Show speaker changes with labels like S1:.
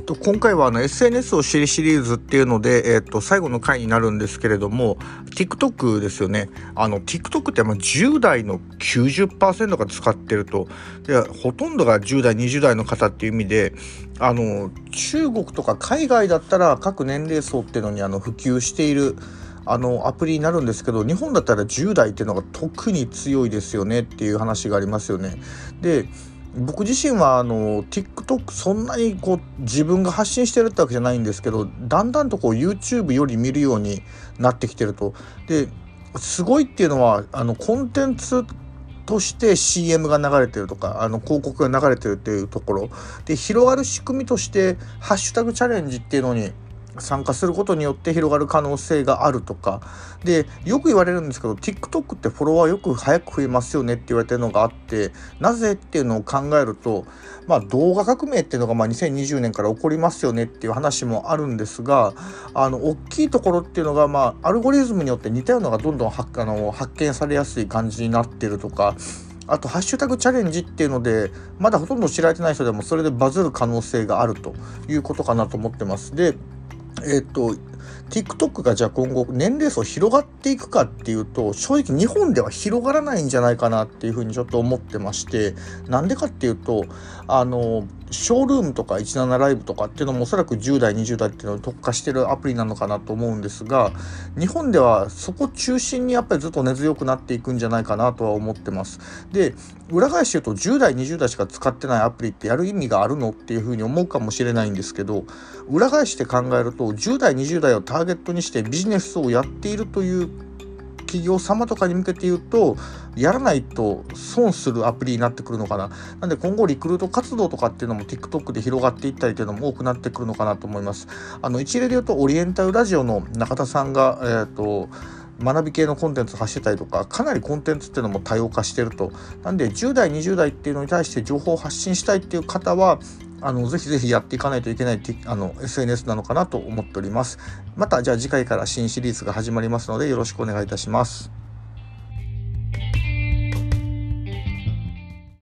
S1: 今回はSNS を知りシリーズっていうので、最後の回になるんですけれども、TikTok ですよね。TikTok って10代の 90% が使ってると。で、ほとんどが10代、20代の方っていう意味で、中国とか海外だったら各年齢層っていうのに普及しているアプリになるんですけど、日本だったら10代っていうのが特に強いですよねっていう話がありますよね。で、僕自身はTikTok そんなに自分が発信してるってわけじゃないんですけど、だんだんとYouTube より見るようになってきてると。ですごいっていうのはコンテンツとして CM が流れてるとか広告が流れてるっていうところで、広がる仕組みとしてハッシュタグチャレンジっていうのに参加することによって広がる可能性があるとかで、よく言われるんですけど TikTok ってフォロワーよく早く増えますよねって言われてるのがあって、なぜっていうのを考えると、動画革命っていうのが2020年から起こりますよねっていう話もあるんですが、大きいところっていうのがアルゴリズムによって似たようなのがどんどん発見されやすい感じになってるとか、あとハッシュタグチャレンジっていうのでまだほとんど知られてない人でもそれでバズる可能性があるということかなと思ってます。でTikTok がじゃあ今後年齢層広がっていくかっていうと、正直日本では広がらないんじゃないかなっていうふうにちょっと思ってまして、なんでかっていうとショールームとか17ライブとかっていうのもおそらく10代20代っていうのに特化してるアプリなのかなと思うんですが、日本ではそこ中心にやっぱりずっと根強くなっていくんじゃないかなとは思ってます。で、裏返し言うと10代20代しか使ってないアプリってやる意味があるのっていうふうに思うかもしれないんですけど、裏返して考えると10代20代をターゲットにしてビジネスをやっているという企業様とかに向けて言うと、やらないと損するアプリになってくるのかな。なんで今後リクルート活動とかっていうのも TikTok で広がっていったりっていうのも多くなってくるのかなと思います。一例で言うとオリエンタルラジオの中田さんが学び系のコンテンツを発してたりとか、かなりコンテンツっていうのも多様化してると。なんで10代20代っていうのに対して情報を発信したいっていう方はぜひぜひやっていかないといけないSNS なのかなと思っております。またじゃあ次回から新シリーズが始まりますのでよろしくお願いいたします。